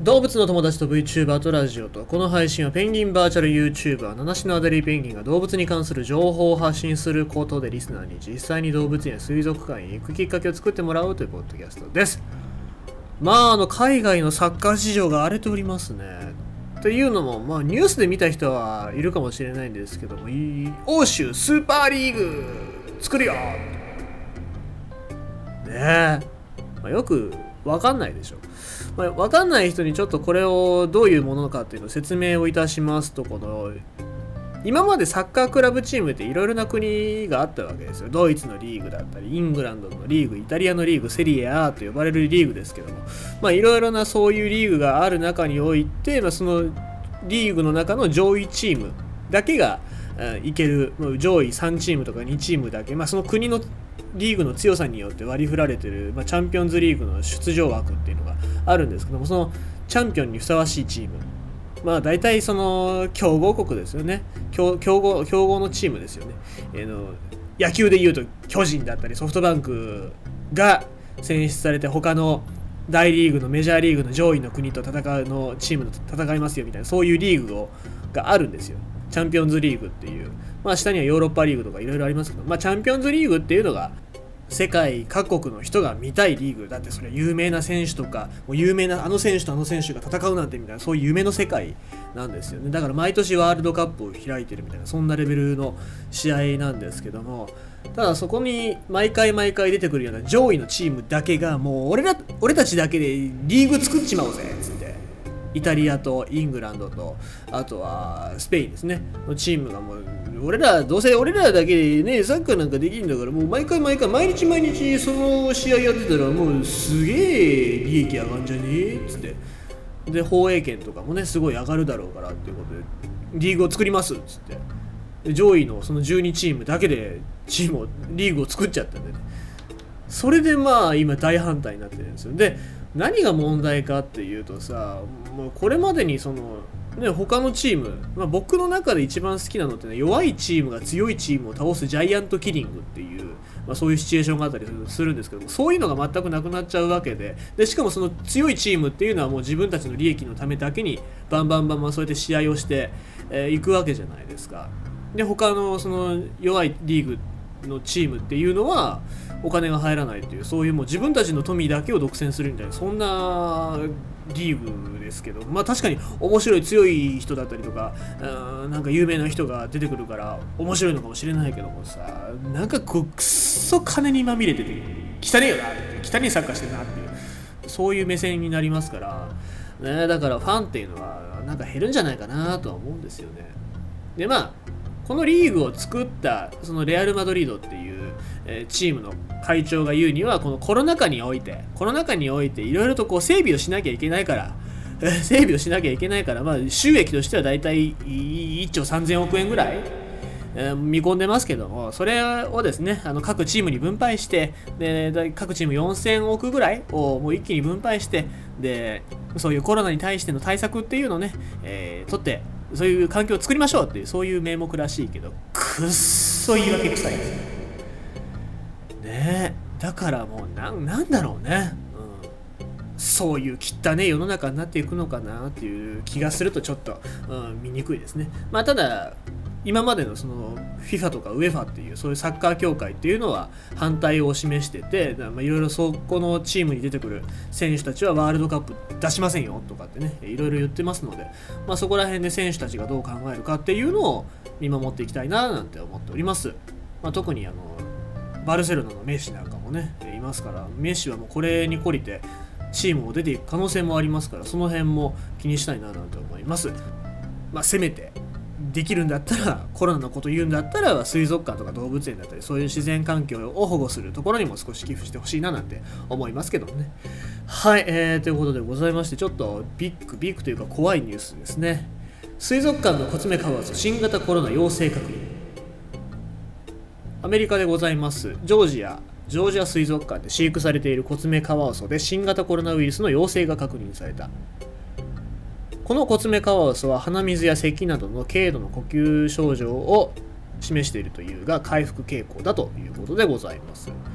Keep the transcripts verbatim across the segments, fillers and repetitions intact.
動物の友達と VTuber とラジオと、この配信はペンギンバーチャル YouTuber 七種のアデリーペンギンが動物に関する情報を発信することでリスナーに実際に動物園や水族館へ行くきっかけを作ってもらおうというポッドキャストです。まああの海外のサッカー市場が荒れておりますね。というのも、まあニュースで見た人はいるかもしれないんですけども、欧州スーパーリーグ作るよねえ、まあ、よくわかんないでしょ。まあ、わかんない人にちょっとこれをどういうものかっていうのを説明をいたしますと、この今までサッカークラブチームっていろいろな国があったわけですよ。ドイツのリーグだったり、イングランドのリーグ、イタリアのリーグ、セリエ A と呼ばれるリーグですけども、まあいろいろなそういうリーグがある中において、まあ、そのリーグの中の上位チームだけがいける、上位さんチームとかにチームだけ、まあ、その国のリーグの強さによって割り振られている、まあ、チャンピオンズリーグの出場枠っていうのがあるんですけども、そのチャンピオンにふさわしいチーム、まあ大体その強豪国ですよね。 強, 強, 豪強豪のチームですよね。えー、の野球でいうと巨人だったりソフトバンクが選出されて、他の大リーグのメジャーリーグの上位の国と戦うのチームと戦いますよみたいな、そういうリーグをがあるんですよ。チャンピオンズリーグっていう、まあ下にはヨーロッパリーグとかいろいろありますけど、まあチャンピオンズリーグっていうのが世界各国の人が見たいリーグだって、それは有名な選手とか、もう有名なあの選手とあの選手が戦うなんてみたいな、そういう夢の世界なんですよね。だから毎年ワールドカップを開いてるみたいな、そんなレベルの試合なんですけども、ただそこに毎回毎回出てくるような上位のチームだけが、もう俺ら俺たちだけでリーグ作っちまおうぜっつって、イタリアとイングランドとあとはスペインですねのチームが、もう俺らどうせ俺らだけでねサッカーなんかできるんだから、もう毎回毎回毎日毎日その試合やってたらもうすげえ利益上がんじゃねえっつって、で放映権とかもねすごい上がるだろうからっていうことでリーグを作りますっつって、で上位のそのじゅうにチームだけでチームをリーグを作っちゃったんでね、それでまあ今大反対になってるんですよ。で何が問題かっていうとさ、もうこれまでにそのね、他のチーム、まあ、僕の中で一番好きなのってね、弱いチームが強いチームを倒すジャイアントキリングっていう、まあ、そういうシチュエーションがあったりするんですけども、そういうのが全くなくなっちゃうわけで、でしかもその強いチームっていうのはもう自分たちの利益のためだけにバンバンバンバンそうやって試合をしてい、えー、くわけじゃないですか。で他のその弱いリーグのチームっていうのはお金が入らないっていう、そういうもう自分たちの富だけを独占するみたいな、そんなリーグですけど、まあ確かに面白い強い人だったりとか、うん、なんか有名な人が出てくるから面白いのかもしれないけどもさ、なんかこうくっそ金にまみれてて汚ねえよなって、汚いサッカーしてるなっていう、そういう目線になりますから、ね、だからファンっていうのはなんか減るんじゃないかなとは思うんですよね。でまあこのリーグを作ったそのレアル・マドリードっていう、えー、チームの会長が言うには、このコロナ禍においてコロナ禍においていろいろとこう整備をしなきゃいけないから、えー、整備をしなきゃいけないから、まあ収益としてはだいたいいっちょうさんぜんおくえんぐらい、えー、見込んでますけども、それをですねあの各チームに分配して、で各チームよんせんおくぐらいをもう一気に分配して、でそういうコロナに対しての対策っていうのをね、えー、取ってそういう環境を作りましょうっていう、そういう名目らしいけど、くっそ言い訳臭いですね。ねえ、だからもうな、なんだろうね、うん、そういう汚ねえ世の中になっていくのかなっていう気がするとちょっと、うん、見にくいですね。まあただ今までのその FIFA とか ウェファ っていうそういうサッカー協会っていうのは反対を示してて、いろいろそこのチームに出てくる選手たちはワールドカップ出しませんよとかってね、いろいろ言ってますので、まあ、そこら辺で選手たちがどう考えるかっていうのを見守っていきたいななんて思っております。まあ、特にあのバルセロナのメッシなんかもねいますから、メッシはもうこれに懲りてチームを出ていく可能性もありますから、その辺も気にしたいななんて思います。まあせめてできるんだったら、コロナのこと言うんだったら水族館とか動物園だったり、そういう自然環境を保護するところにも少し寄付してほしいななんて思いますけどもね。はい、えー、ということでございまして、ちょっとビッグビッグというか怖いニュースですね。水族館のコツメカワウソ新型コロナ陽性確認。アメリカでございますジョージアジョージア水族館で飼育されているコツメカワウソで新型コロナウイルスの陽性が確認された。このコツメカワウソは鼻水や咳などの軽度の呼吸症状を示しているというが回復傾向だということでございます。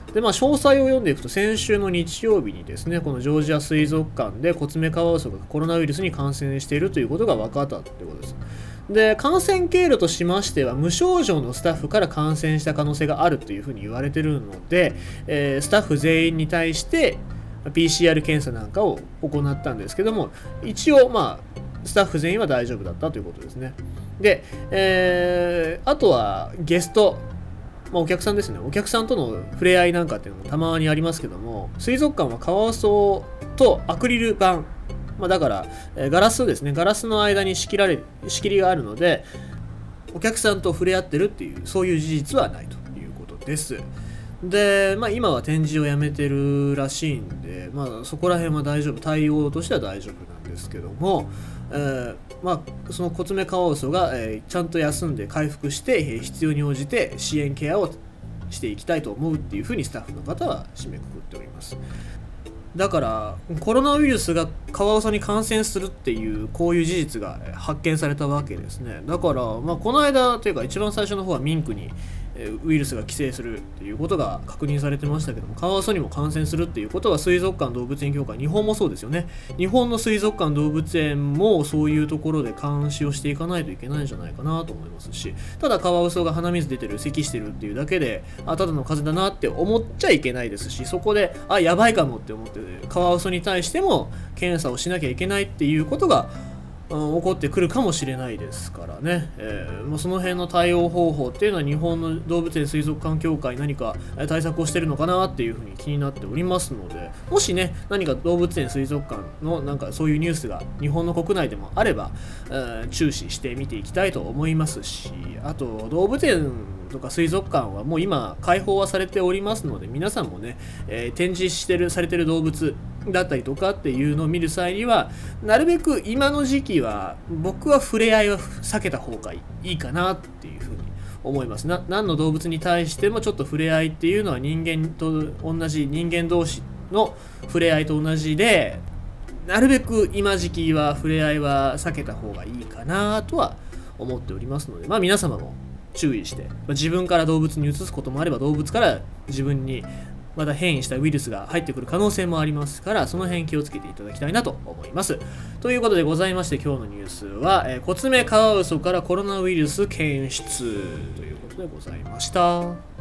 で、まあ、詳細を読んでいくと、先週の日曜日にですね、このジョージア水族館でコツメカワウソがコロナウイルスに感染しているということが分かったということです。で、感染経路としましては、無症状のスタッフから感染した可能性があるというふうに言われているので、えー、スタッフ全員に対して ピーシーアール 検査なんかを行ったんですけども、一応、まあ、スタッフ全員は大丈夫だったということですね。で、えー、あとはゲスト、まあ、お客さんですね。お客さんとの触れ合いなんかっていうのもたまにありますけども、水族館はカワウソとアクリル板、まあ、だから、えー、ガラスですね。ガラスの間に仕切られ、仕切りがあるので、お客さんと触れ合ってるっていう、そういう事実はないということです。で、まあ、今は展示をやめてるらしいんで、まあ、そこら辺は大丈夫、対応としては大丈夫なんですけども、えーまあ、そのコツメカワウソが、えー、ちゃんと休んで回復して、えー、必要に応じて支援ケアをしていきたいと思うっていうふうにスタッフの方は締めくくっております。だからコロナウイルスがカワウソに感染するっていうこういう事実が発見されたわけですね。だから、まあ、この間というか一番最初の方はミンクにウイルスが寄生するっていうことが確認されてましたけども、カワウソにも感染するっていうことは水族館動物園協会、日本もそうですよね。日本の水族館動物園もそういうところで監視をしていかないといけないんじゃないかなと思いますし、ただカワウソが鼻水出てる、咳してるっていうだけで、あ、ただの風邪だなって思っちゃいけないですし、そこであ、やばいかもって思ってカワウソに対しても検査をしなきゃいけないっていうことが起こってくるかもしれないですからね、えー、もうその辺の対応方法っていうのは日本の動物園水族館協会何か対策をしてるのかなっていうふうに気になっておりますので、もしね何か動物園水族館のなんかそういうニュースが日本の国内でもあれば、えー、注視して見ていきたいと思いますし、あと動物園とか水族館はもう今開放はされておりますので、皆さんもね、えー、展示してるされてる動物だったりとかっていうのを見る際には、なるべく今の時期は僕は触れ合いは避けた方がいいかなっていうふうに思います。な何の動物に対してもちょっと触れ合いっていうのは人間と同じ、人間同士の触れ合いと同じで、なるべく今時期は触れ合いは避けた方がいいかなとは思っておりますので、まあ皆様も注意して、まあ、自分から動物に移すこともあれば動物から自分にまた変異したウイルスが入ってくる可能性もありますから、その辺気をつけていただきたいなと思います。ということでございまして、今日のニュースは、えー、コツメカワウソからコロナウイルス検出ということでございました。